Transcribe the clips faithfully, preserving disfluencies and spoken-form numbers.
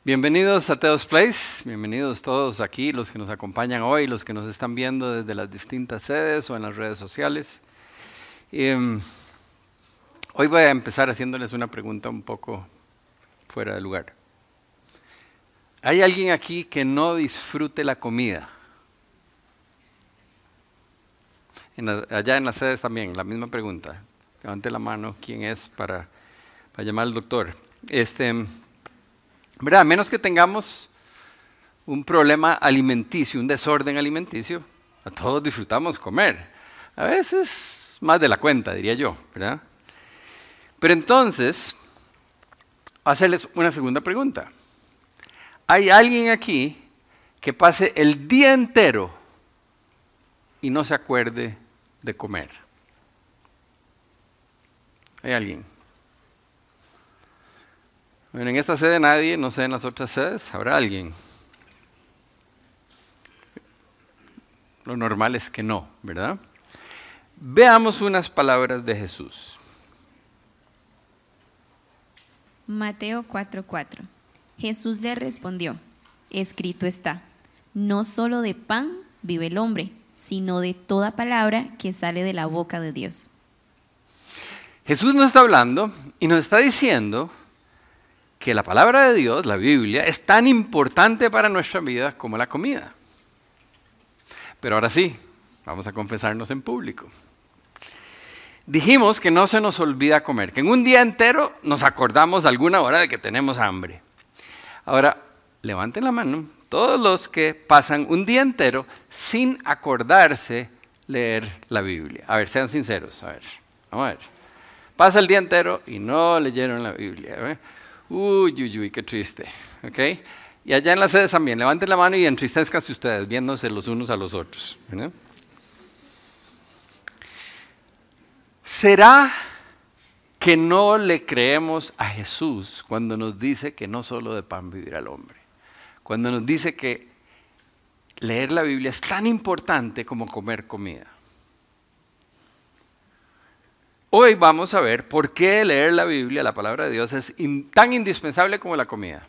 Bienvenidos a Teos Place, bienvenidos todos aquí, los que nos acompañan hoy, los que nos están viendo desde las distintas sedes o en las redes sociales. Eh, hoy voy a empezar haciéndoles una pregunta un poco fuera de lugar. ¿Hay alguien aquí que no disfrute la comida? En la, allá en las sedes también, la misma pregunta. Levante la mano, ¿quién es para, para llamar al doctor? Este... ¿Verdad? A menos que tengamos un problema alimenticio, un desorden alimenticio, a todos disfrutamos comer. A veces más de la cuenta, diría yo, ¿verdad? Pero entonces, voy a hacerles una segunda pregunta. ¿Hay alguien aquí que pase el día entero y no se acuerde de comer? ¿Hay alguien? Bueno, en esta sede nadie, no sé en las otras sedes, ¿habrá alguien? Lo normal es que no, ¿verdad? Veamos unas palabras de Jesús. Mateo cuatro cuatro. Jesús le respondió, escrito está, no solo de pan vive el hombre, sino de toda palabra que sale de la boca de Dios. Jesús nos está hablando y nos está diciendo que la palabra de Dios, la Biblia, es tan importante para nuestra vida como la comida. Pero ahora sí, vamos a confesarnos en público. Dijimos que no se nos olvida comer, que en un día entero nos acordamos a alguna hora de que tenemos hambre. Ahora, levanten la mano todos los que pasan un día entero sin acordarse leer la Biblia. A ver, sean sinceros, a ver, vamos a ver. Pasa el día entero y no leyeron la Biblia, ¿eh? Uy, uy, uy, qué triste, ¿ok? Y allá en las sedes también, levanten la mano y entristezcanse ustedes, viéndose los unos a los otros, ¿verdad? ¿Será que no le creemos a Jesús cuando nos dice que no solo de pan vivirá el hombre? Cuando nos dice que leer la Biblia es tan importante como comer comida. Hoy vamos a ver por qué leer la Biblia, la palabra de Dios, es in, tan indispensable como la comida.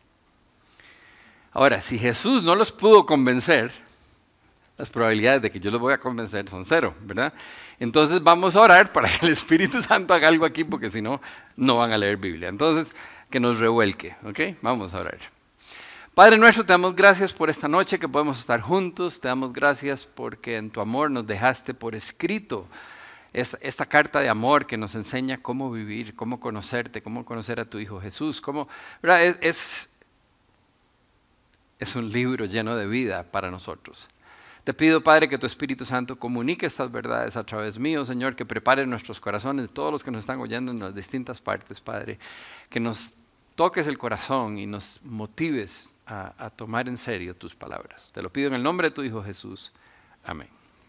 Ahora, si Jesús no los pudo convencer, las probabilidades de que yo los voy a convencer son cero, ¿verdad? Entonces vamos a orar para que el Espíritu Santo haga algo aquí, porque si no, no van a leer Biblia. Entonces, que nos revuelque, ¿ok? Vamos a orar. Padre nuestro, te damos gracias por esta noche que podemos estar juntos. Te damos gracias porque en tu amor nos dejaste por escrito Esta, esta carta de amor que nos enseña cómo vivir, cómo conocerte, cómo conocer a tu Hijo Jesús. Cómo, ¿verdad? Es, es, es un libro lleno de vida para nosotros. Te pido, Padre, que tu Espíritu Santo comunique estas verdades a través mío, Señor, que prepare nuestros corazones, todos los que nos están oyendo en las distintas partes, Padre, que nos toques el corazón y nos motives a, a tomar en serio tus palabras. Te lo pido en el nombre de tu Hijo Jesús. Amén.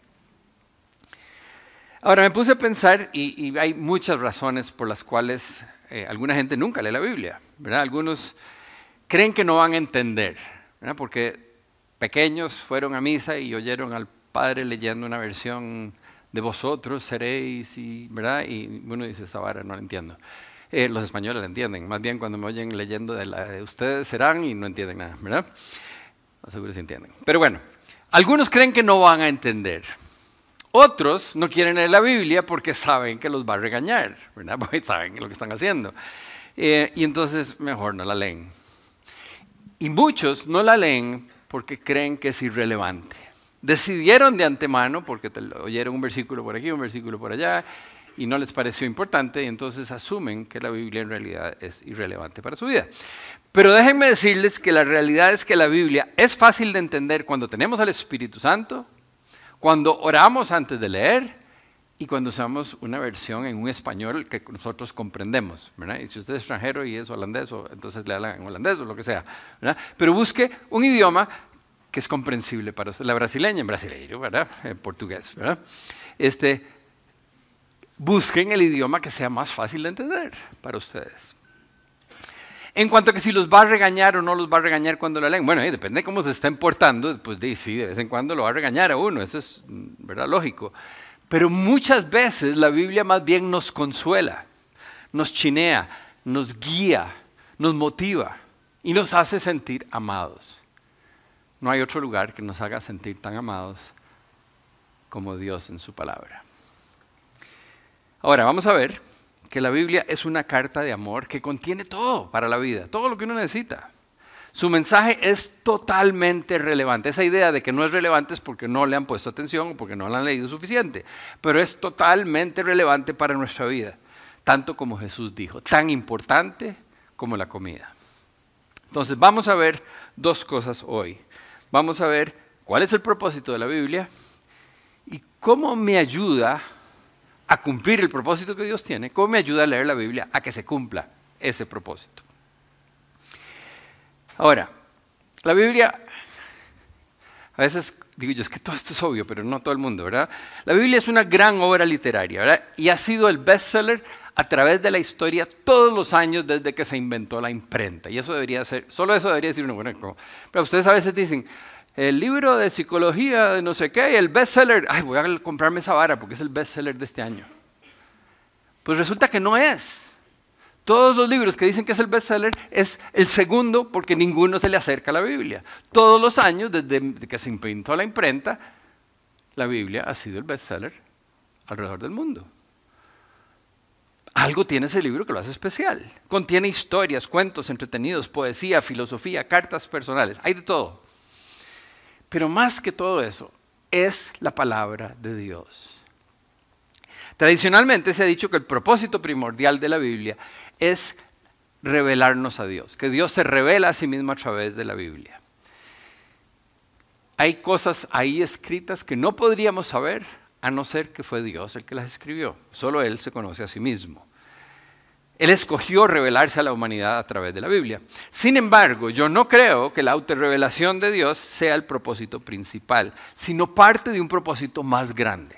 Ahora me puse a pensar y, y hay muchas razones por las cuales eh, alguna gente nunca lee la Biblia, ¿verdad? Algunos creen que no van a entender, ¿verdad? Porque pequeños fueron a misa y oyeron al padre leyendo una versión de vosotros seréis, y, ¿verdad? Y uno dice, esta vara no la entiendo. Eh, los españoles la entienden, más bien cuando me oyen leyendo de la de ustedes serán y no entienden nada, ¿verdad? No seguro si entienden. Pero bueno, algunos creen que no van a entender. Otros no quieren leer la Biblia porque saben que los va a regañar, ¿verdad? Porque saben lo que están haciendo. Eh, y entonces mejor no la leen. Y muchos no la leen porque creen que es irrelevante. Decidieron de antemano, porque te oyeron un versículo por aquí, un versículo por allá, y no les pareció importante, y entonces asumen que la Biblia en realidad es irrelevante para su vida. Pero déjenme decirles que la realidad es que la Biblia es fácil de entender cuando tenemos al Espíritu Santo, cuando oramos antes de leer y cuando usamos una versión en un español que nosotros comprendemos, ¿verdad? Y si usted es extranjero y es holandés, o, entonces le hablan en holandés o lo que sea, ¿verdad? Pero busque un idioma que es comprensible para usted. La brasileña en brasileño, ¿verdad? En portugués, ¿verdad? Este, busquen el idioma que sea más fácil de entender para ustedes. En cuanto a que si los va a regañar o no los va a regañar cuando la leen, bueno, eh, depende de cómo se estén portando, pues de, sí, de vez en cuando lo va a regañar a uno, eso es, ¿verdad?, lógico. Pero muchas veces la Biblia más bien nos consuela, nos chinea, nos guía, nos motiva. y nos hace sentir amados. No hay otro lugar que nos haga sentir tan amados como Dios en su palabra. Ahora, vamos a ver que la Biblia es una carta de amor que contiene todo para la vida, todo lo que uno necesita. Su mensaje es totalmente relevante. Esa idea de que no es relevante es porque no le han puesto atención o porque no la han leído suficiente, pero es totalmente relevante para nuestra vida, tanto como Jesús dijo, tan importante como la comida. Entonces, vamos a ver dos cosas hoy. Vamos a ver cuál es el propósito de la Biblia y cómo me ayuda a cumplir el propósito que Dios tiene, cómo me ayuda a leer la Biblia a que se cumpla ese propósito. Ahora, la Biblia, a veces digo yo, es que todo esto es obvio, pero no todo el mundo, ¿verdad? La Biblia es una gran obra literaria, ¿verdad? Y ha sido el bestseller a través de la historia todos los años desde que se inventó la imprenta. Y eso debería ser, solo eso debería decir uno, bueno, como, pero ustedes a veces dicen, el libro de psicología de no sé qué, el bestseller, ay, voy a comprarme esa vara porque es el bestseller de este año. Pues resulta que no es. Todos los libros que dicen que es el bestseller es el segundo porque ninguno se le acerca a la Biblia. Todos los años, desde que se inventó la imprenta, la Biblia ha sido el bestseller alrededor del mundo. Algo tiene ese libro que lo hace especial. Contiene historias, cuentos entretenidos, poesía, filosofía, cartas personales, hay de todo. Pero más que todo eso, es la palabra de Dios. Tradicionalmente se ha dicho que el propósito primordial de la Biblia es revelarnos a Dios, que Dios se revela a sí mismo a través de la Biblia. Hay cosas ahí escritas que no podríamos saber a no ser que fue Dios el que las escribió. Solo Él se conoce a sí mismo. Él escogió revelarse a la humanidad a través de la Biblia. Sin embargo, yo no creo que la autorrevelación de Dios sea el propósito principal, sino parte de un propósito más grande.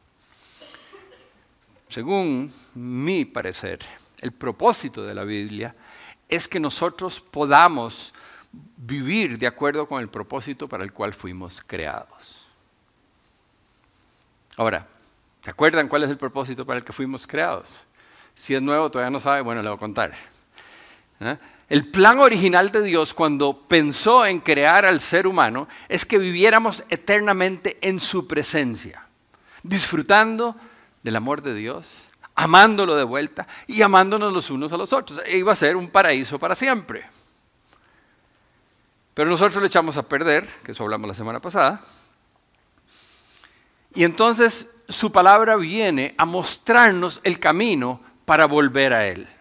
Según mi parecer, el propósito de la Biblia es que nosotros podamos vivir de acuerdo con el propósito para el cual fuimos creados. Ahora, ¿se acuerdan cuál es el propósito para el que fuimos creados? Si es nuevo, todavía no sabe, bueno, le voy a contar. ¿Eh? El plan original de Dios cuando pensó en crear al ser humano es que viviéramos eternamente en su presencia, disfrutando del amor de Dios, amándolo de vuelta y amándonos los unos a los otros. E iba a ser un paraíso para siempre. Pero nosotros le echamos a perder, que eso hablamos la semana pasada, y entonces su palabra viene a mostrarnos el camino para volver a Él.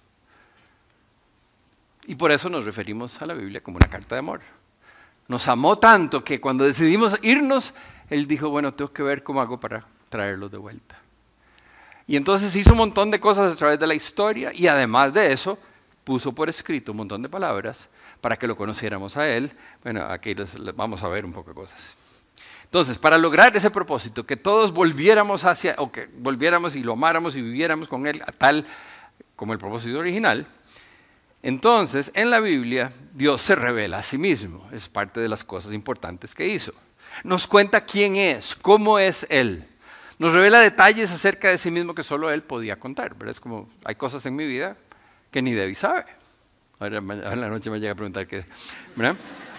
Y por eso nos referimos a la Biblia como una carta de amor. Nos amó tanto que cuando decidimos irnos, Él dijo, bueno, tengo que ver cómo hago para traerlos de vuelta. Y entonces hizo un montón de cosas a través de la historia y además de eso, puso por escrito un montón de palabras para que lo conociéramos a Él. Bueno, aquí les, les vamos a ver un poco de cosas. Entonces, para lograr ese propósito, que todos volviéramos hacia, o que volviéramos y lo amáramos y viviéramos con Él, tal como el propósito original, entonces en la Biblia Dios se revela a sí mismo. Es parte de las cosas importantes que hizo. Nos cuenta quién es, cómo es Él. Nos revela detalles acerca de sí mismo que solo Él podía contar. ¿Verdad? Es como, hay cosas en mi vida que ni Debbie sabe. Ahora en la noche me llega a preguntar qué. ¿Verdad?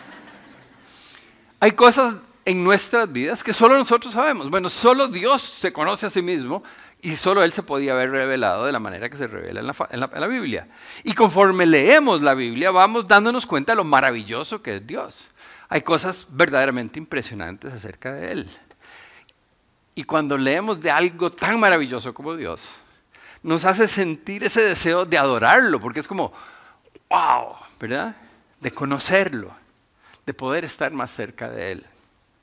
Hay cosas en nuestras vidas que solo nosotros sabemos. Bueno, solo Dios se conoce a sí mismo y solo Él se podía haber revelado de la manera que se revela en la, en la, en la Biblia. Y conforme leemos la Biblia vamos dándonos cuenta de lo maravilloso que es Dios. Hay cosas verdaderamente impresionantes acerca de Él. Y cuando leemos de algo tan maravilloso como Dios, nos hace sentir ese deseo de adorarlo, porque es como, wow, ¿verdad? De conocerlo, de poder estar más cerca de Él.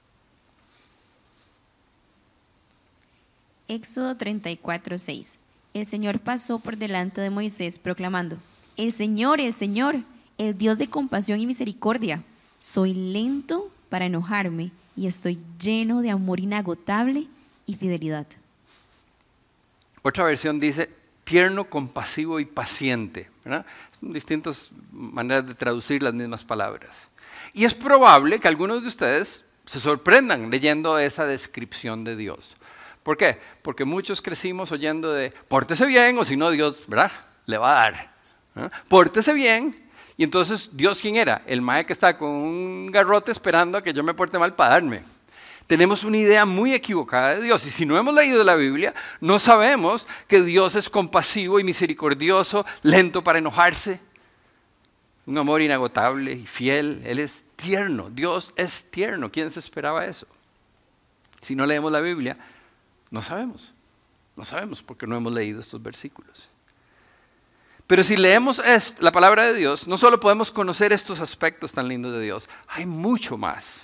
Éxodo treinta y cuatro, seis. El Señor pasó por delante de Moisés proclamando, el Señor, el Señor, el Dios de compasión y misericordia. Soy lento para enojarme y estoy lleno de amor inagotable y fidelidad. Otra versión dice, tierno, compasivo y paciente. ¿Verdad? Son distintas maneras de traducir las mismas palabras. Y es probable que algunos de ustedes se sorprendan leyendo esa descripción de Dios. ¿Por qué? Porque muchos crecimos oyendo de, pórtese bien o si no Dios, ¿verdad? Le va a dar. ¿Eh? Pórtese bien Y entonces, ¿Dios quién era? El mae que está con un garrote esperando a que yo me porte mal para darme. Tenemos una idea muy equivocada de Dios. Y si no hemos leído la Biblia, no sabemos que Dios es compasivo y misericordioso, lento para enojarse, un amor inagotable y fiel. Él es tierno. Dios es tierno. ¿Quién se esperaba eso? Si no leemos la Biblia, no sabemos. No sabemos porque no hemos leído estos versículos. Pero si leemos esto, la palabra de Dios, no solo podemos conocer estos aspectos tan lindos de Dios, hay mucho más.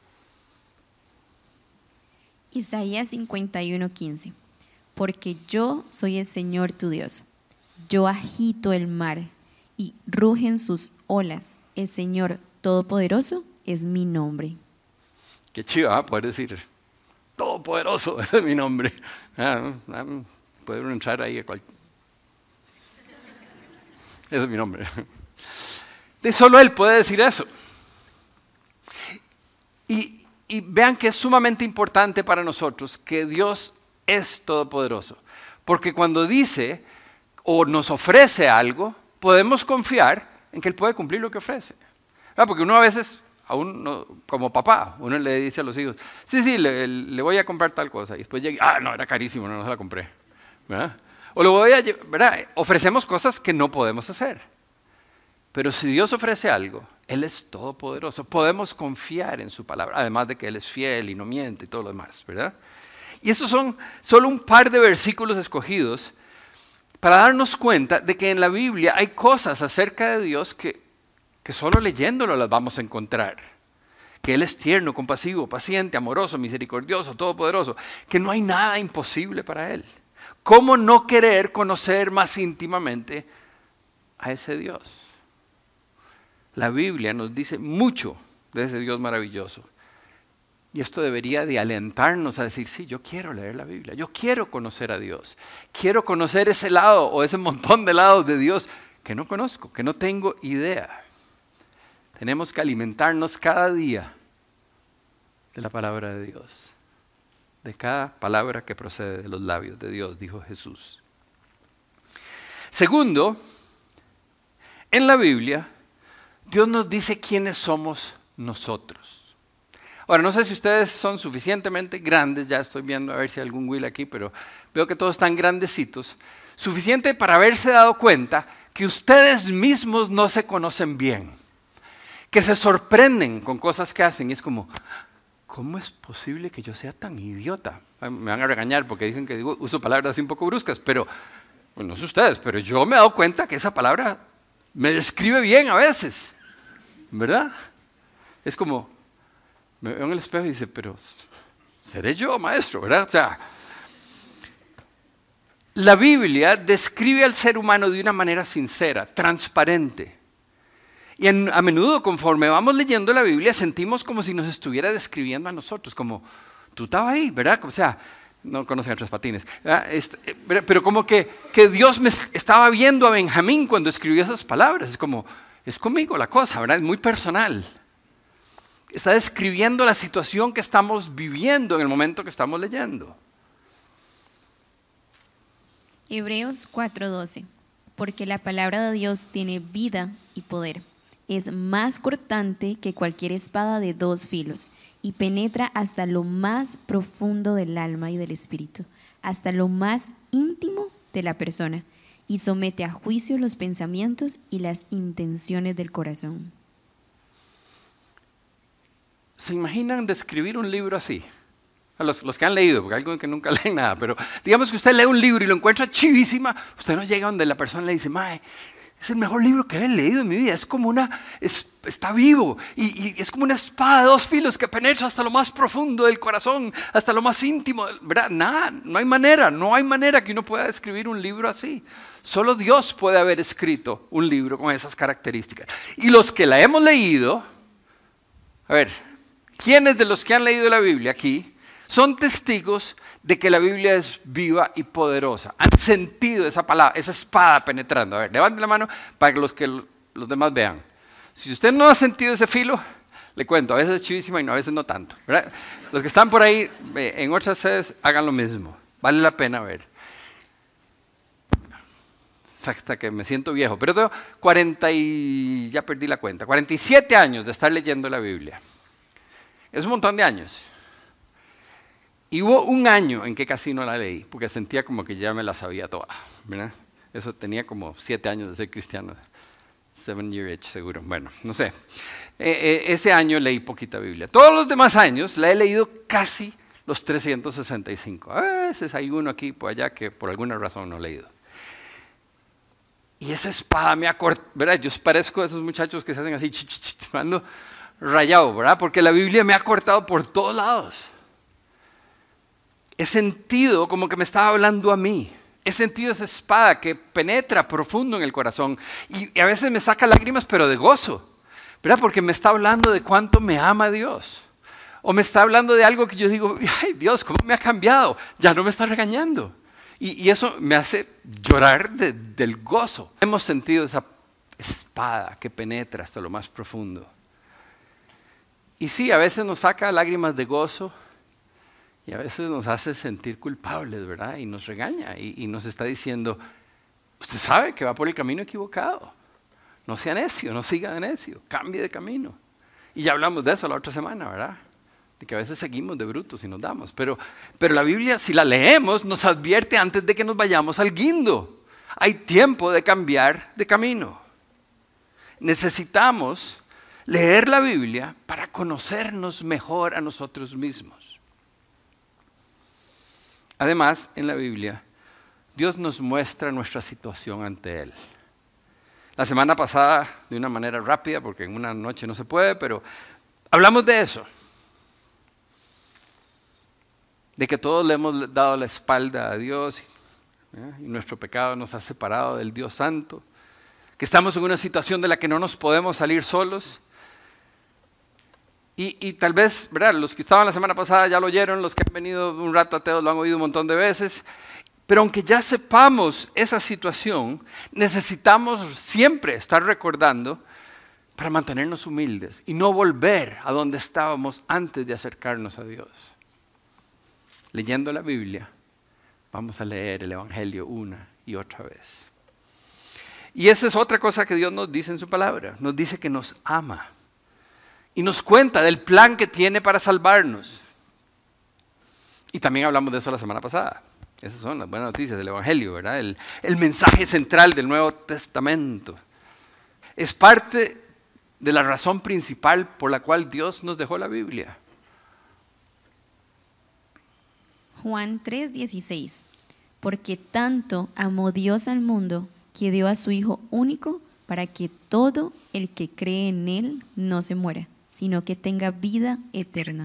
Isaías cincuenta y uno, quince. Porque yo soy el Señor tu Dios. Yo agito el mar y rugen sus olas. El Señor Todopoderoso es mi nombre. Qué chido, ¿eh? Poder decir, Todopoderoso, ese es mi nombre. Ah, ah, puede uno entrar ahí a cualquier... Ese es mi nombre. De solo Él puede decir eso. Y, y vean que es sumamente importante para nosotros que Dios es todopoderoso. Porque cuando dice o nos ofrece algo, podemos confiar en que Él puede cumplir lo que ofrece. ¿Verdad? Porque uno a veces, a uno, como papá, uno le dice a los hijos, sí, sí, le, le voy a comprar tal cosa. Y después llega, ah, no, era carísimo, no, no se la compré. ¿Verdad? O lo voy a, ¿verdad? Ofrecemos cosas que no podemos hacer. Pero si Dios ofrece algo, Él es todopoderoso. Podemos confiar en su palabra, además de que Él es fiel y no miente y todo lo demás, ¿verdad? Y estos son solo un par de versículos escogidos para darnos cuenta de que en la Biblia hay cosas acerca de Dios que, que solo leyéndolo las vamos a encontrar. Que Él es tierno, compasivo, paciente, amoroso, misericordioso, todopoderoso. Que no hay nada imposible para Él. ¿Cómo no querer conocer más íntimamente a ese Dios? La Biblia nos dice mucho de ese Dios maravilloso. Y esto debería de alentarnos a decir, sí, yo quiero leer la Biblia, yo quiero conocer a Dios. Quiero conocer ese lado o ese montón de lados de Dios que no conozco, que no tengo idea. Tenemos que alimentarnos cada día de la palabra de Dios. De cada palabra que procede de los labios de Dios, dijo Jesús. Segundo, en la Biblia, Dios nos dice quiénes somos nosotros. Ahora, no sé si ustedes son suficientemente grandes, ya estoy viendo a ver si hay algún Will aquí, pero veo que todos están grandecitos, suficiente para haberse dado cuenta que ustedes mismos no se conocen bien, que se sorprenden con cosas que hacen y es como... ¿Cómo es posible que yo sea tan idiota? Me van a regañar porque dicen que digo, uso palabras así un poco bruscas, pero, bueno, no sé ustedes, pero yo me he dado cuenta que esa palabra me describe bien a veces, ¿verdad? Es como, me veo en el espejo y dice, pero seré yo, maestro, ¿verdad? O sea, la Biblia describe al ser humano de una manera sincera, transparente. Y en, a menudo, conforme vamos leyendo la Biblia, sentimos como si nos estuviera describiendo a nosotros, como, tú estabas ahí, ¿verdad? O sea, no conocen a Tres Patines, este, pero como que, que Dios me estaba viendo a Benjamín cuando escribió esas palabras. Es como, es conmigo la cosa, ¿verdad? Es muy personal. Está describiendo la situación que estamos viviendo en el momento que estamos leyendo. Hebreos cuatro doce. Porque la palabra de Dios tiene vida y poder. Es más cortante que cualquier espada de dos filos y penetra hasta lo más profundo del alma y del espíritu, hasta lo más íntimo de la persona, y somete a juicio los pensamientos y las intenciones del corazón. ¿Se imaginan describir un libro así? A los, los que han leído, porque hay algunos que nunca leen nada, pero digamos que usted lee un libro y lo encuentra chivísima, usted no llega donde la persona le dice, mae, es el mejor libro que he leído en mi vida, es como una, es, está vivo y, y es como una espada de dos filos que penetra hasta lo más profundo del corazón, hasta lo más íntimo, ¿verdad? Nada, no hay manera, no hay manera que uno pueda escribir un libro así. Solo Dios puede haber escrito un libro con esas características. Y los que la hemos leído, a ver, ¿quiénes de los que han leído la Biblia aquí son testigos de que la Biblia es viva y poderosa? Han sentido esa palabra, esa espada penetrando. A ver, levanten la mano para que los, que los demás vean. Si usted no ha sentido ese filo, le cuento, a veces es chivísima y no, a veces no tanto, ¿verdad? Los que están por ahí en otras sedes, hagan lo mismo. Vale la pena ver. hasta que me siento viejo, pero tengo cuarenta y, ya perdí la cuenta, cuarenta y siete años de estar leyendo la Biblia. Es un montón de años. Y hubo un año en que casi no la leí, porque sentía como que ya me la sabía toda, ¿verdad? Eso tenía como siete años de ser cristiano. Seven year age seguro. Bueno, no sé. Eh, eh, ese año leí poquita Biblia. Todos los demás años la he leído casi los trescientos sesenta y cinco. A veces hay uno aquí por allá que por alguna razón no he leído. Y esa espada me ha cortado, ¿verdad? Yo parezco a esos muchachos que se hacen así, ch ch ch, ando rayado, ¿verdad? Porque la Biblia me ha cortado por todos lados. He sentido como que me estaba hablando a mí. He sentido esa espada que penetra profundo en el corazón y a veces me saca lágrimas, pero de gozo, ¿verdad? Porque me está hablando de cuánto me ama Dios. O me está hablando de algo que yo digo, ay Dios, ¿cómo me ha cambiado? Ya no me está regañando. Y, y eso me hace llorar de, del gozo. Hemos sentido esa espada que penetra hasta lo más profundo. Y sí, a veces nos saca lágrimas de gozo. Y a veces nos hace sentir culpables, ¿verdad? Y nos regaña y, y nos está diciendo, usted sabe que va por el camino equivocado. No sea necio, no siga de necio, cambie de camino. Y ya hablamos de eso la otra semana, ¿verdad? De que a veces seguimos de brutos y nos damos. Pero, pero la Biblia, si la leemos, nos advierte antes de que nos vayamos al guindo. Hay tiempo de cambiar de camino. Necesitamos leer la Biblia para conocernos mejor a nosotros mismos. Además, en la Biblia, Dios nos muestra nuestra situación ante Él. La semana pasada, de una manera rápida, porque en una noche no se puede, pero hablamos de eso. De que todos le hemos dado la espalda a Dios, ¿eh? Y nuestro pecado nos ha separado del Dios Santo. Que estamos en una situación de la que no nos podemos salir solos. Y, y tal vez, ¿verdad? Los que estaban la semana pasada ya lo oyeron, los que han venido un rato ateos lo han oído un montón de veces. Pero aunque ya sepamos esa situación, necesitamos siempre estar recordando para mantenernos humildes y no volver a donde estábamos antes de acercarnos a Dios. Leyendo la Biblia, vamos a leer el Evangelio una y otra vez. Y esa es otra cosa que Dios nos dice en su palabra. Nos dice que nos ama. Y nos cuenta del plan que tiene para salvarnos. Y también hablamos de eso la semana pasada. Esas son las buenas noticias del Evangelio, ¿verdad? El, el mensaje central del Nuevo Testamento. Es parte de la razón principal por la cual Dios nos dejó la Biblia. Juan tres dieciséis. Porque tanto amó Dios al mundo que dio a su Hijo único para que todo el que cree en Él no se muera, sino que tenga vida eterna.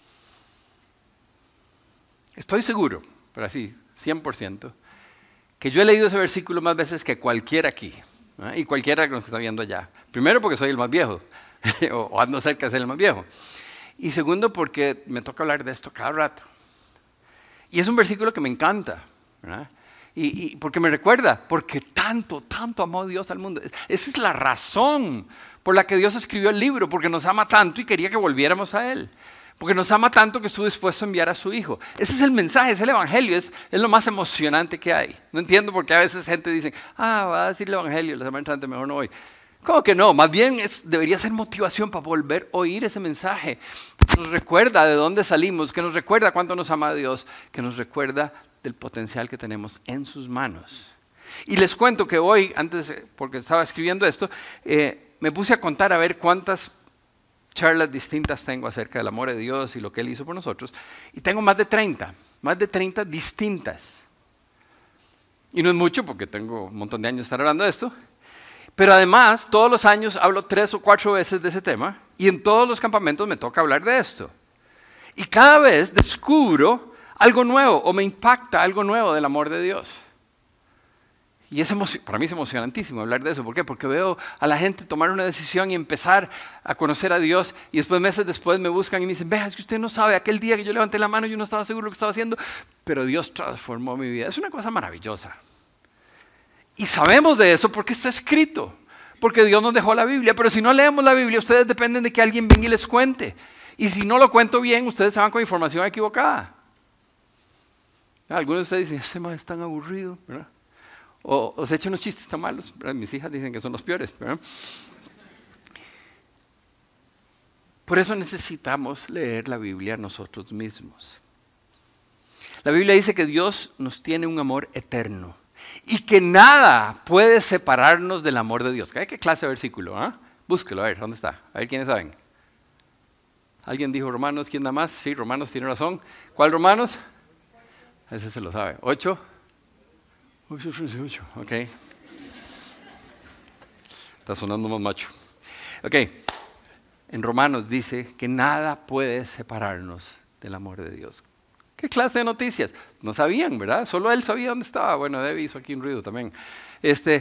Estoy seguro, pero así, cien por ciento, que yo he leído ese versículo más veces que cualquiera aquí, ¿no? Y cualquiera que nos está viendo allá. Primero porque soy el más viejo, o ando cerca de ser el más viejo. Y segundo porque me toca hablar de esto cada rato. Y es un versículo que me encanta, ¿verdad? Y, y porque me recuerda, porque tanto, tanto amó Dios al mundo. Esa es la razón por la que Dios escribió el libro, porque nos ama tanto y quería que volviéramos a Él. Porque nos ama tanto que estuvo dispuesto a enviar a su Hijo. Ese es el mensaje, es el Evangelio, es, es lo más emocionante que hay. No entiendo por qué a veces gente dice, ah, va a decir el Evangelio, la semana entrante mejor no voy. ¿Cómo que no? Más bien es, debería ser motivación para volver a oír ese mensaje. Nos recuerda de dónde salimos, que nos recuerda cuánto nos ama Dios, que nos recuerda del potencial que tenemos en sus manos. Y les cuento que hoy, antes, porque estaba escribiendo esto, eh, me puse a contar a ver cuántas charlas distintas tengo acerca del amor de Dios y lo que Él hizo por nosotros. Y tengo más de treinta, más de treinta distintas. Y no es mucho porque tengo un montón de años de estar hablando de esto. Pero además, todos los años hablo tres o cuatro veces de ese tema. Y en todos los campamentos me toca hablar de esto. Y cada vez descubro algo nuevo o me impacta algo nuevo del amor de Dios. Y es para mí es emocionantísimo hablar de eso. ¿Por qué? Porque veo a la gente tomar una decisión y empezar a conocer a Dios. Y después, meses después, me buscan y me dicen, vea, es que usted no sabe, aquel día que yo levanté la mano yo no estaba seguro de lo que estaba haciendo, pero Dios transformó mi vida. Es una cosa maravillosa. Y sabemos de eso porque está escrito. Porque Dios nos dejó la Biblia. Pero si no leemos la Biblia, ustedes dependen de que alguien venga y les cuente. Y si no lo cuento bien, ustedes se van con información equivocada. Algunos de ustedes dicen, ese más es tan aburrido, ¿verdad? o, o se echa unos chistes tan malos. ¿Verdad? Mis hijas dicen que son los peores. ¿Verdad? Por eso necesitamos leer la Biblia nosotros mismos. La Biblia dice que Dios nos tiene un amor eterno y que nada puede separarnos del amor de Dios. ¿Qué clase de versículo? ¿Eh? Búsquelo, a ver, ¿dónde está? A ver, ¿quiénes saben? ¿Alguien dijo Romanos? ¿Quién da más? Sí, Romanos tiene razón. ¿Cuál Romanos? Ese se lo sabe. ¿Ocho? Ocho, ocho, ok. Está sonando más macho. Ok. En Romanos dice que nada puede separarnos del amor de Dios. ¿Qué clase de noticias? No sabían, ¿verdad? Solo él sabía dónde estaba. Bueno, Debbie hizo aquí un ruido también. Este,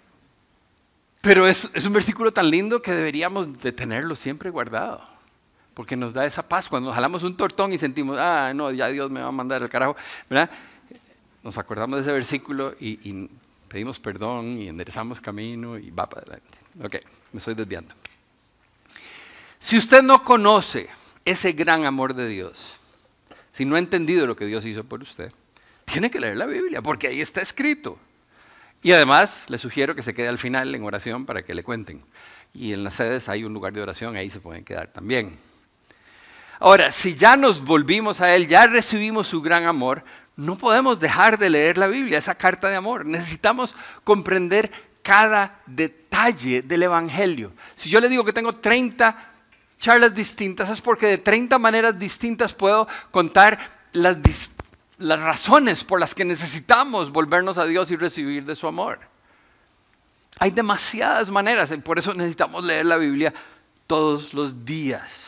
pero es, es un versículo tan lindo que deberíamos de tenerlo siempre guardado. Porque nos da esa paz. Cuando nos jalamos un tortón y sentimos, ah, no, ya Dios me va a mandar el carajo, ¿verdad? Nos acordamos de ese versículo y, y pedimos perdón y enderezamos camino y va para adelante. Ok, me estoy desviando. Si usted no conoce ese gran amor de Dios, si no ha entendido lo que Dios hizo por usted, tiene que leer la Biblia, porque ahí está escrito. Y además, le sugiero que se quede al final en oración para que le cuenten. Y en las sedes hay un lugar de oración, ahí se pueden quedar también. Ahora, si ya nos volvimos a Él, ya recibimos su gran amor, no podemos dejar de leer la Biblia, esa carta de amor. Necesitamos comprender cada detalle del Evangelio. Si yo le digo que tengo treinta charlas distintas, es porque de treinta maneras distintas puedo contar las, las razones por las que necesitamos volvernos a Dios y recibir de su amor. Hay demasiadas maneras, y por eso necesitamos leer la Biblia todos los días.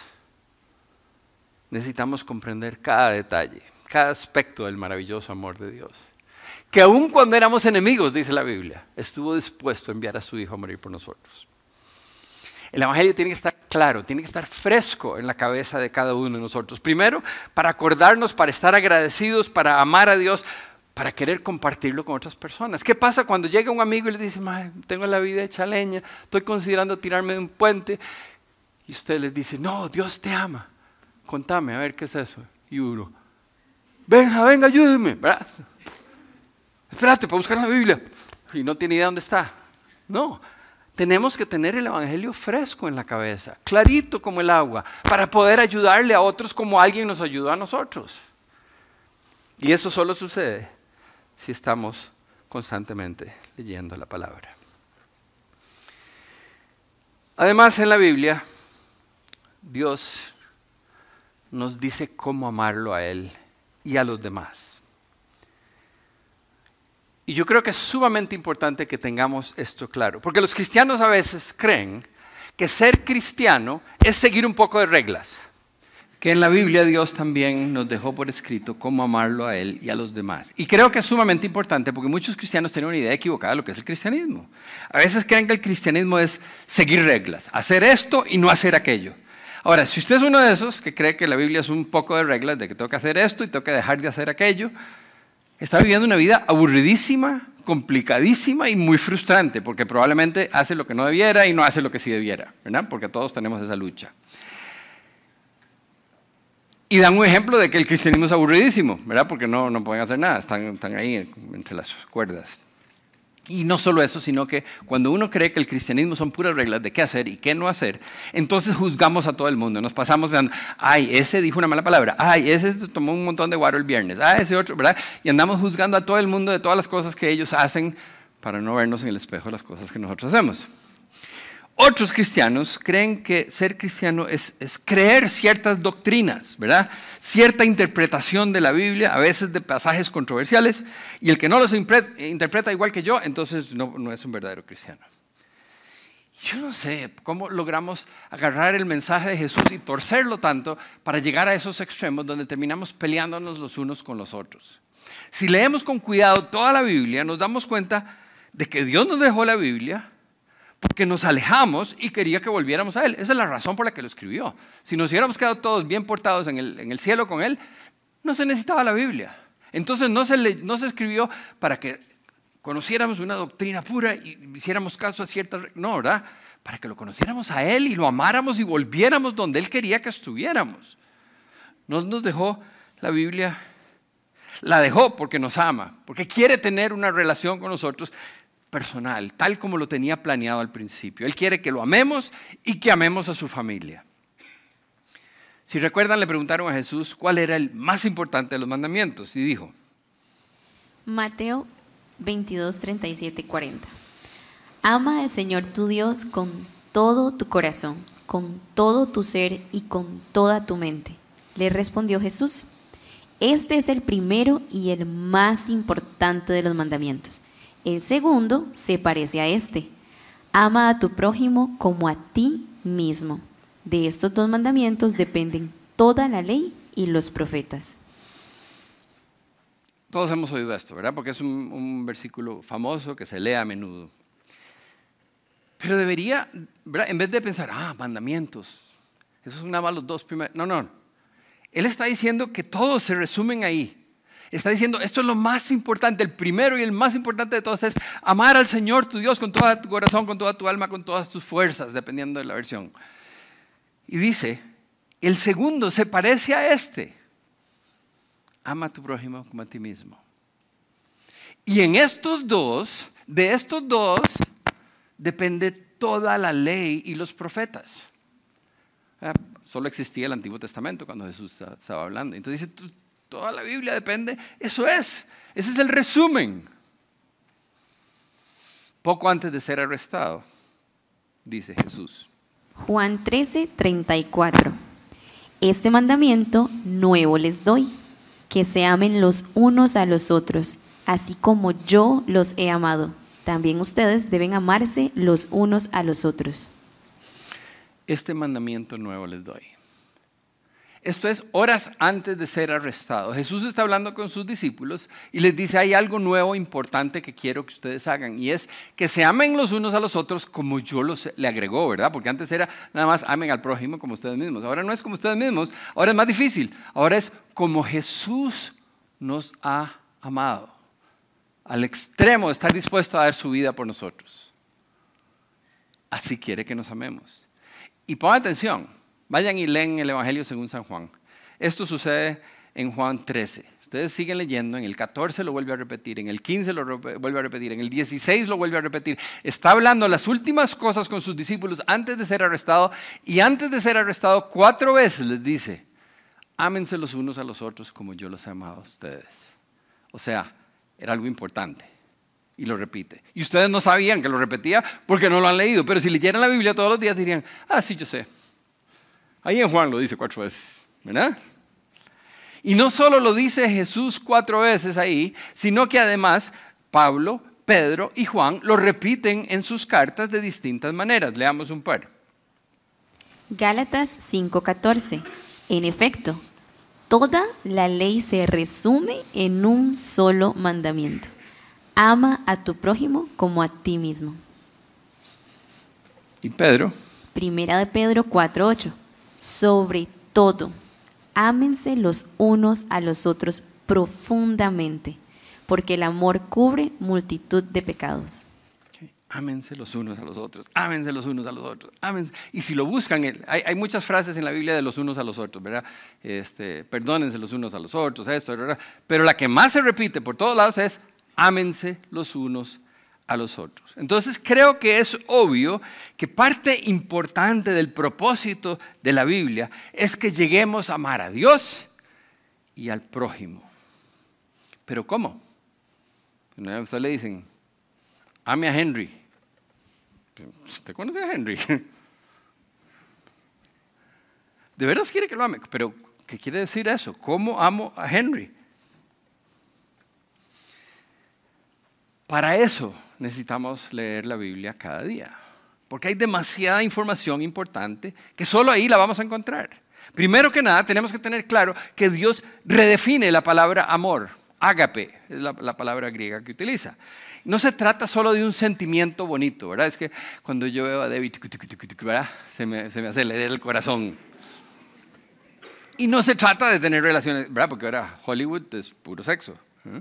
Necesitamos comprender cada detalle, cada aspecto del maravilloso amor de Dios. Que aun cuando éramos enemigos, dice la Biblia, estuvo dispuesto a enviar a su Hijo a morir por nosotros. El Evangelio tiene que estar claro, tiene que estar fresco en la cabeza de cada uno de nosotros. Primero, para acordarnos, para estar agradecidos, para amar a Dios, para querer compartirlo con otras personas. ¿Qué pasa cuando llega un amigo y le dice, tengo la vida hecha leña, estoy considerando tirarme de un puente? Y usted le dice, no, Dios te ama. Contame, a ver, ¿qué es eso? Y uno, venga, venga, ayúdeme. ¿Verdad? Espérate, para buscar la Biblia. Y no tiene idea dónde está. No. Tenemos que tener el Evangelio fresco en la cabeza, clarito como el agua, para poder ayudarle a otros como alguien nos ayudó a nosotros. Y eso solo sucede si estamos constantemente leyendo la palabra. Además, en la Biblia, Dios nos dice cómo amarlo a Él y a los demás. Y yo creo que es sumamente importante que tengamos esto claro, porque los cristianos a veces creen que ser cristiano es seguir un poco de reglas, que en la Biblia Dios también nos dejó por escrito cómo amarlo a Él y a los demás. Y creo que es sumamente importante porque muchos cristianos tienen una idea equivocada de lo que es el cristianismo. A veces creen que el cristianismo es seguir reglas, hacer esto y no hacer aquello. Ahora, si usted es uno de esos que cree que la Biblia es un poco de reglas, de que tengo que hacer esto y tengo que dejar de hacer aquello, está viviendo una vida aburridísima, complicadísima y muy frustrante, porque probablemente hace lo que no debiera y no hace lo que sí debiera, ¿verdad? Porque todos tenemos esa lucha. Y dan un ejemplo de que el cristianismo es aburridísimo, ¿verdad? Porque no, no pueden hacer nada, están, están ahí entre las cuerdas. Y no solo eso, sino que cuando uno cree que el cristianismo son puras reglas de qué hacer y qué no hacer, entonces juzgamos a todo el mundo. Nos pasamos viendo, ay, ese dijo una mala palabra, ay, ese tomó un montón de guaro el viernes, ay, ese otro, ¿verdad? Y andamos juzgando a todo el mundo de todas las cosas que ellos hacen para no vernos en el espejo las cosas que nosotros hacemos. Otros cristianos creen que ser cristiano es, es creer ciertas doctrinas, ¿verdad? Cierta interpretación de la Biblia, a veces de pasajes controversiales, y el que no los interpreta igual que yo, entonces no, no es un verdadero cristiano. Yo no sé cómo logramos agarrar el mensaje de Jesús y torcerlo tanto para llegar a esos extremos donde terminamos peleándonos los unos con los otros. Si leemos con cuidado toda la Biblia, nos damos cuenta de que Dios nos dejó la Biblia porque nos alejamos y quería que volviéramos a Él. Esa es la razón por la que lo escribió. Si nos hubiéramos quedado todos bien portados en el, en el cielo con Él, no se necesitaba la Biblia. Entonces no se, le, no se escribió para que conociéramos una doctrina pura y hiciéramos caso a ciertas... No, ¿verdad? Para que lo conociéramos a Él y lo amáramos y volviéramos donde Él quería que estuviéramos. No nos dejó la Biblia La dejó porque nos ama, porque quiere tener una relación con nosotros personal, tal como lo tenía planeado al principio. Él quiere que lo amemos y que amemos a su familia. Si recuerdan, le preguntaron a Jesús cuál era el más importante de los mandamientos y dijo: Mateo veintidós, treinta y siete, cuarenta. Ama al Señor tu Dios con todo tu corazón, con todo tu ser y con toda tu mente. Le respondió Jesús: Este es el primero y el más importante de los mandamientos. El segundo se parece a este: ama a tu prójimo como a ti mismo. De estos dos mandamientos dependen toda la ley y los profetas. Todos hemos oído esto, ¿verdad? Porque es un, un versículo famoso que se lee a menudo. Pero debería, ¿verdad? En vez de pensar, ah, mandamientos, esos son nada más los dos primeros. No, no. Él está diciendo que todos se resumen ahí. Está diciendo, esto es lo más importante, el primero y el más importante de todos es amar al Señor tu Dios con todo tu corazón, con toda tu alma, con todas tus fuerzas, dependiendo de la versión. Y dice, el segundo se parece a este: ama a tu prójimo como a ti mismo. Y en estos dos, de estos dos, depende toda la ley y los profetas. Solo existía el Antiguo Testamento cuando Jesús estaba hablando. Entonces dice, toda la Biblia depende. Eso es, ese es el resumen. Poco antes de ser arrestado, dice Jesús. Juan trece, treinta y cuatro. Este mandamiento nuevo les doy, que se amen los unos a los otros, así como yo los he amado. También ustedes deben amarse los unos a los otros. Este mandamiento nuevo les doy. Esto es horas antes de ser arrestado. Jesús está hablando con sus discípulos y les dice, hay algo nuevo importante que quiero que ustedes hagan, y es que se amen los unos a los otros como yo los, le agregó, ¿verdad? Porque antes era nada más amen al prójimo como ustedes mismos. Ahora no es como ustedes mismos, ahora es más difícil. Ahora es como Jesús nos ha amado, al extremo de estar dispuesto a dar su vida por nosotros. Así quiere que nos amemos. Y pongan atención, vayan y leen el Evangelio según San Juan. Esto sucede en Juan trece. Ustedes siguen leyendo, en el catorce lo vuelve a repetir, en el quince lo vuelve a repetir, en el dieciséis lo vuelve a repetir. Está hablando las últimas cosas con sus discípulos antes de ser arrestado, y antes de ser arrestado cuatro veces les dice, ámense los unos a los otros como yo los he amado a ustedes. O sea, era algo importante. Y lo repite. Y ustedes no sabían que lo repetía porque no lo han leído, pero si leyeran la Biblia todos los días dirían, ah, sí, yo sé. Ahí en Juan lo dice cuatro veces, ¿verdad? Y no solo lo dice Jesús cuatro veces ahí, sino que además Pablo, Pedro y Juan lo repiten en sus cartas de distintas maneras. Leamos un par. Gálatas cinco, catorce. En efecto, toda la ley se resume en un solo mandamiento. Ama a tu prójimo como a ti mismo. ¿Y Pedro? Primera de Pedro cuatro, ocho. Sobre todo, ámense los unos a los otros profundamente, porque el amor cubre multitud de pecados. Okay. Ámense los unos a los otros, ámense los unos a los otros, ámense. Y si lo buscan, hay, hay muchas frases en la Biblia de los unos a los otros, ¿verdad? Este, perdónense los unos a los otros, esto, ¿verdad? Pero la que más se repite por todos lados es ámense los unos a los otros. Entonces creo que es obvio que parte importante del propósito de la Biblia es que lleguemos a amar a Dios y al prójimo. ¿Pero cómo? A usted le dicen, ame a Henry. ¿Usted conoce a Henry? ¿De veras quiere que lo ame? Pero ¿qué quiere decir eso? ¿Cómo amo a Henry? Para eso necesitamos leer la Biblia cada día, porque hay demasiada información importante que solo ahí la vamos a encontrar. Primero que nada, tenemos que tener claro que Dios redefine la palabra amor. Ágape es la, la palabra griega que utiliza. No se trata solo de un sentimiento bonito, ¿verdad? Es que cuando yo veo a David, ¿verdad? Se me, se me acelera el corazón. Y no se trata de tener relaciones, ¿verdad? Porque ahora Hollywood es puro sexo, ¿eh?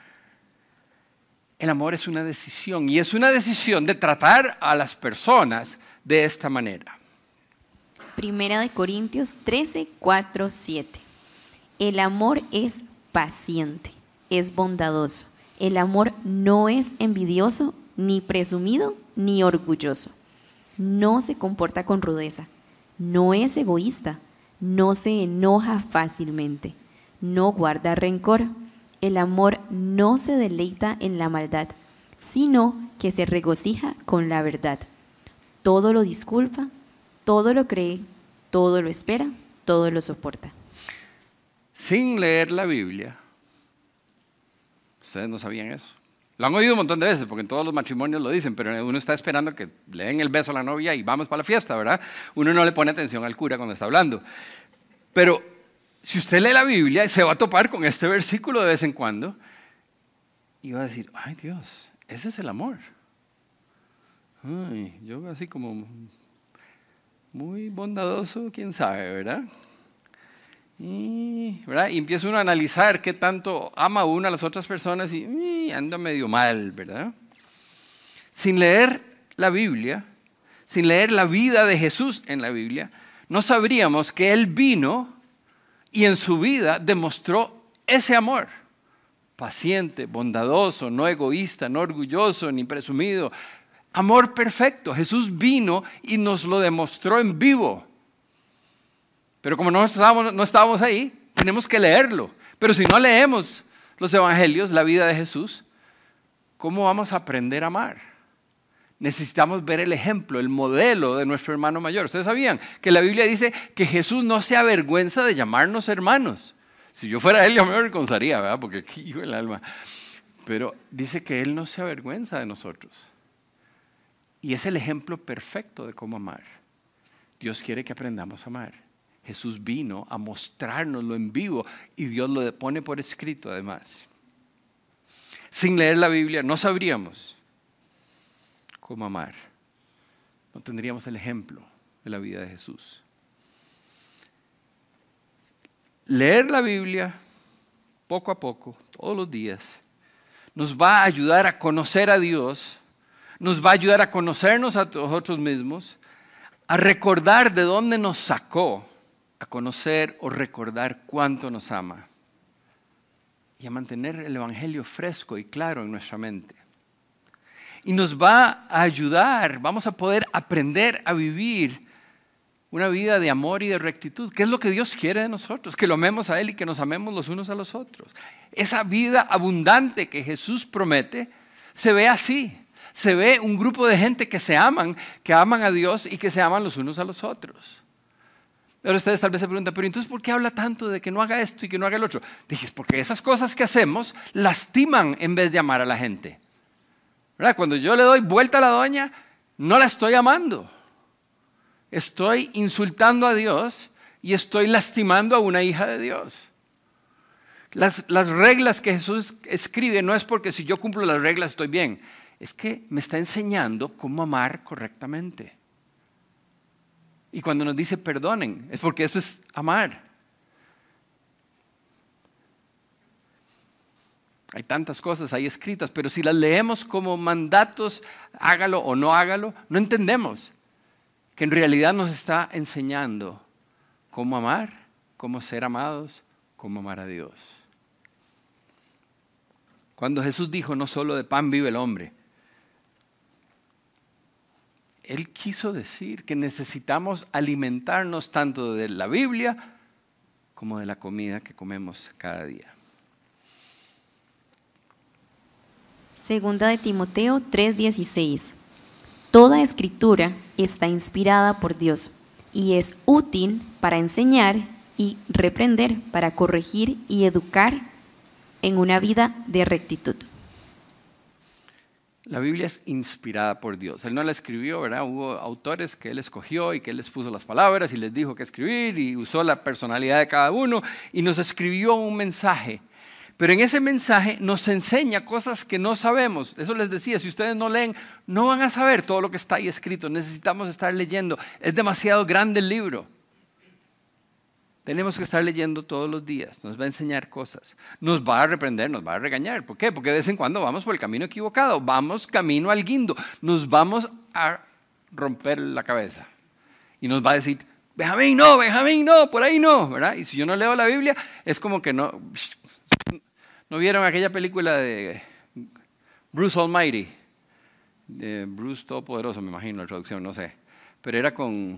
El amor es una decisión, y es una decisión de tratar a las personas de esta manera. Primera de Corintios trece, cuatro, siete. El amor es paciente, es bondadoso. El amor no es envidioso, ni presumido, ni orgulloso. No se comporta con rudeza, no es egoísta, no se enoja fácilmente, no guarda rencor. El amor no se deleita en la maldad, sino que se regocija con la verdad. Todo lo disculpa, todo lo cree, todo lo espera, todo lo soporta. Sin leer la Biblia, ustedes no sabían eso. Lo han oído un montón de veces, porque en todos los matrimonios lo dicen, pero uno está esperando que le den el beso a la novia y vamos para la fiesta, ¿verdad? Uno no le pone atención al cura cuando está hablando. Pero si usted lee la Biblia, se va a topar con este versículo de vez en cuando y va a decir, ay Dios, ese es el amor. Ay, yo así como muy bondadoso, quién sabe, ¿verdad? Y, ¿verdad? Y empieza uno a analizar qué tanto ama uno a las otras personas y, y anda medio mal, ¿verdad? Sin leer la Biblia, sin leer la vida de Jesús en la Biblia, no sabríamos que Él vino y en su vida demostró ese amor. Paciente, bondadoso, no egoísta, no orgulloso, ni presumido. Amor perfecto. Jesús vino y nos lo demostró en vivo. Pero como no estábamos, no estábamos ahí, tenemos que leerlo. Pero si no leemos los evangelios, la vida de Jesús, ¿cómo vamos a aprender a amar? Necesitamos ver el ejemplo, el modelo de nuestro hermano mayor. Ustedes sabían que la Biblia dice que Jesús no se avergüenza de llamarnos hermanos. Si yo fuera él, yo me avergonzaría, ¿verdad? Porque aquí hijo el alma. Pero dice que Él no se avergüenza de nosotros. Y es el ejemplo perfecto de cómo amar. Dios quiere que aprendamos a amar. Jesús vino a mostrárnoslo en vivo y Dios lo pone por escrito además. Sin leer la Biblia no sabríamos cómo amar. No tendríamos el ejemplo de la vida de Jesús. Leer la Biblia poco a poco, todos los días, nos va a ayudar a conocer a Dios, nos va a ayudar a conocernos a nosotros mismos, a recordar de dónde nos sacó, a conocer o recordar cuánto nos ama y a mantener el Evangelio fresco y claro en nuestra mente. Y nos va a ayudar, vamos a poder aprender a vivir una vida de amor y de rectitud. ¿Qué es lo que Dios quiere de nosotros? Que lo amemos a Él y que nos amemos los unos a los otros. Esa vida abundante que Jesús promete se ve así. Se ve un grupo de gente que se aman, que aman a Dios y que se aman los unos a los otros. Pero ustedes tal vez se preguntan, pero entonces ¿por qué habla tanto de que no haga esto y que no haga el otro? Dije, es porque esas cosas que hacemos lastiman en vez de amar a la gente. ¿Verdad? Cuando yo le doy vuelta a la doña, no la estoy amando. Estoy insultando a Dios y estoy lastimando a una hija de Dios. Las, las reglas que Jesús escribe no es porque si yo cumplo las reglas estoy bien. Es que me está enseñando cómo amar correctamente. Y cuando nos dice perdonen, es porque eso es amar. Hay tantas cosas ahí escritas, pero si las leemos como mandatos, hágalo o no hágalo, no entendemos que en realidad nos está enseñando cómo amar, cómo ser amados, cómo amar a Dios. Cuando Jesús dijo, no solo de pan vive el hombre, Él quiso decir que necesitamos alimentarnos tanto de la Biblia como de la comida que comemos cada día. Segunda de Timoteo tres dieciséis. Toda escritura está inspirada por Dios y es útil para enseñar y reprender, para corregir y educar en una vida de rectitud. La Biblia es inspirada por Dios. Él no la escribió, ¿verdad? Hubo autores que Él escogió y que Él les puso las palabras y les dijo qué escribir y usó la personalidad de cada uno y nos escribió un mensaje. Pero en ese mensaje nos enseña cosas que no sabemos. Eso les decía, si ustedes no leen, no van a saber todo lo que está ahí escrito. Necesitamos estar leyendo. Es demasiado grande el libro. Tenemos que estar leyendo todos los días. Nos va a enseñar cosas. Nos va a reprender, nos va a regañar. ¿Por qué? Porque de vez en cuando vamos por el camino equivocado. Vamos camino al guindo. Nos vamos a romper la cabeza. Y nos va a decir, Benjamín, no, Benjamín, no, por ahí no, ¿verdad? Y si yo no leo la Biblia, es como que no... ¿No vieron aquella película de Bruce Almighty? De Bruce Todopoderoso, me imagino la traducción, no sé. Pero era con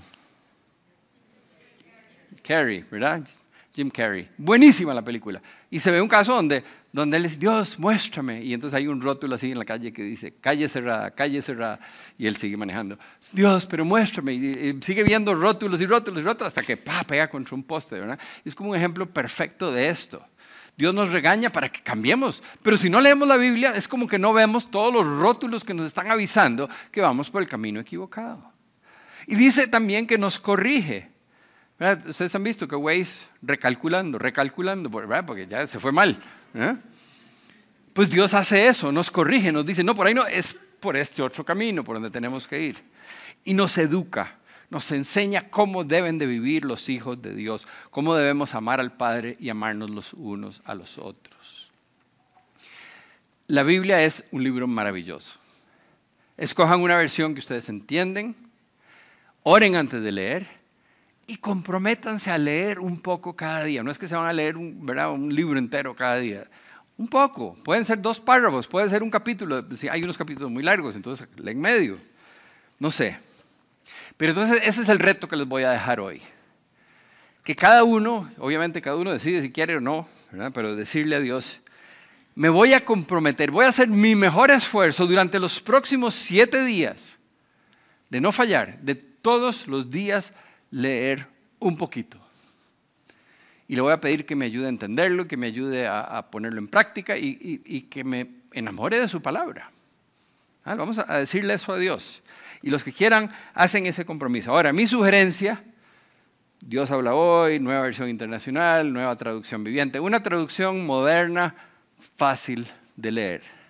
Carrey, ¿verdad? Jim Carrey. Buenísima la película. Y se ve un caso donde, donde él dice, Dios, muéstrame. Y entonces hay un rótulo así en la calle que dice, calle cerrada, calle cerrada. Y él sigue manejando. Dios, pero muéstrame. Y, y sigue viendo rótulos y rótulos y rótulos hasta que pa, pega contra un poste, ¿verdad? Y es como un ejemplo perfecto de esto. Dios nos regaña para que cambiemos. Pero si no leemos la Biblia, es como que no vemos todos los rótulos que nos están avisando que vamos por el camino equivocado. Y dice también que nos corrige. ¿Verdad? Ustedes han visto que Waze recalculando, recalculando, ¿verdad? Porque ya se fue mal. ¿Eh? Pues Dios hace eso, nos corrige, nos dice, no, por ahí no, es por este otro camino por donde tenemos que ir. Y nos educa, nos enseña cómo deben de vivir los hijos de Dios, cómo debemos amar al Padre y amarnos los unos a los otros. La Biblia es un libro maravilloso. Escojan una versión que ustedes entienden, oren antes de leer. Y comprométanse a leer un poco cada día. No es que se van a leer un, ¿verdad? un libro entero cada día. Un poco. Pueden ser dos párrafos, puede ser un capítulo. Si hay unos capítulos muy largos, entonces leen medio. No sé. Pero entonces ese es el reto que les voy a dejar hoy. Que cada uno, obviamente cada uno decide si quiere o no, ¿verdad? Pero decirle a Dios, me voy a comprometer, voy a hacer mi mejor esfuerzo durante los próximos siete días de no fallar, de todos los días leer un poquito. Y le voy a pedir que me ayude a entenderlo, que me ayude a, a ponerlo en práctica y, y, y que me enamore de su palabra. ¿Ah? Vamos a decirle eso a Dios. Y los que quieran hacen ese compromiso. Ahora, mi sugerencia, Dios habla hoy, nueva versión internacional, nueva traducción viviente, una traducción moderna, fácil de leer.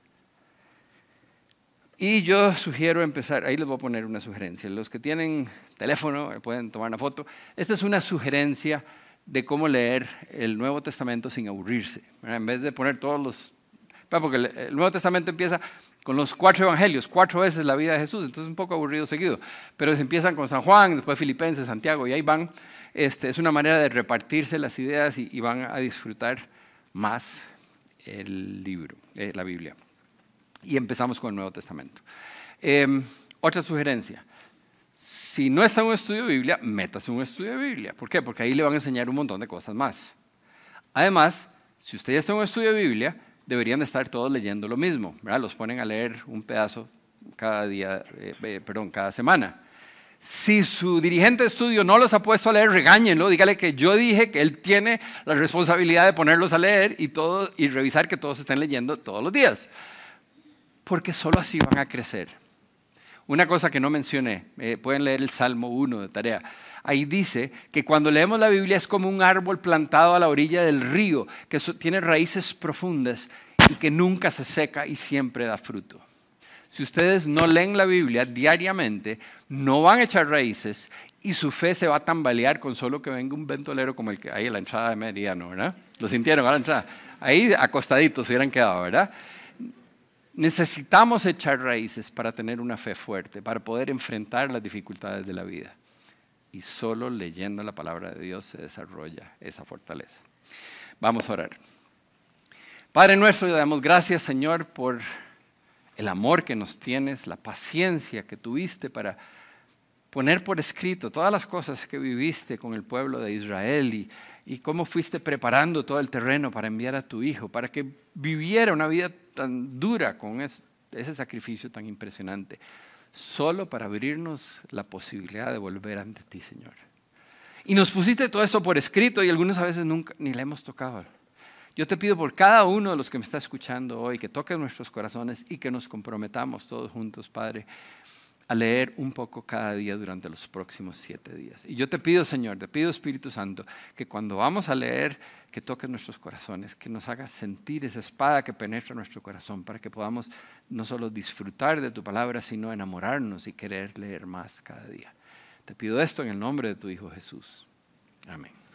Y yo sugiero empezar, ahí les voy a poner una sugerencia. Los que tienen teléfono pueden tomar una foto. Esta es una sugerencia de cómo leer el Nuevo Testamento sin aburrirse. En vez de poner todos los... Porque el Nuevo Testamento empieza con los cuatro evangelios, cuatro veces la vida de Jesús, entonces es un poco aburrido seguido. Pero se empiezan con San Juan, después Filipenses, Santiago, y ahí van. Este, es una manera de repartirse las ideas y, y van a disfrutar más el libro, eh, la Biblia. Y empezamos con el Nuevo Testamento. Eh, otra sugerencia. Si no está en un estudio de Biblia, métase en un estudio de Biblia. ¿Por qué? Porque ahí le van a enseñar un montón de cosas más. Además, si usted ya está en un estudio de Biblia, deberían de estar todos leyendo lo mismo, ¿verdad? Los ponen a leer un pedazo cada día, eh, eh, perdón, cada semana. Si su dirigente de estudio no los ha puesto a leer, regáñenlo, dígale que yo dije que él tiene la responsabilidad de ponerlos a leer y, todo, y revisar que todos estén leyendo todos los días. Porque solo así van a crecer. Una cosa que no mencioné, eh, pueden leer el Salmo uno de tarea. Ahí dice que cuando leemos la Biblia es como un árbol plantado a la orilla del río, que so, tiene raíces profundas y que nunca se seca y siempre da fruto. Si ustedes no leen la Biblia diariamente, no van a echar raíces y su fe se va a tambalear con solo que venga un ventolero como el que hay en la entrada de Meridiano, ¿verdad? ¿Lo sintieron a la entrada? Ahí acostaditos se hubieran quedado, ¿verdad? Necesitamos echar raíces para tener una fe fuerte, para poder enfrentar las dificultades de la vida. Y solo leyendo la palabra de Dios se desarrolla esa fortaleza. Vamos a orar. Padre nuestro, te damos gracias, Señor, por el amor que nos tienes, la paciencia que tuviste para poner por escrito todas las cosas que viviste con el pueblo de Israel y, y cómo fuiste preparando todo el terreno para enviar a tu Hijo, para que viviera una vida tan dura con es, ese sacrificio tan impresionante, solo para abrirnos la posibilidad de volver ante ti, Señor. Y nos pusiste todo eso por escrito y algunos a veces nunca ni le hemos tocado. Yo te pido por cada uno de los que me está escuchando hoy, que toque nuestros corazones y que nos comprometamos todos juntos, Padre, a leer un poco cada día durante los próximos siete días. Y yo te pido, Señor, te pido, Espíritu Santo, que cuando vamos a leer, que toque nuestros corazones, que nos haga sentir esa espada que penetra nuestro corazón, para que podamos no solo disfrutar de tu palabra, sino enamorarnos y querer leer más cada día. Te pido esto en el nombre de tu Hijo Jesús. Amén.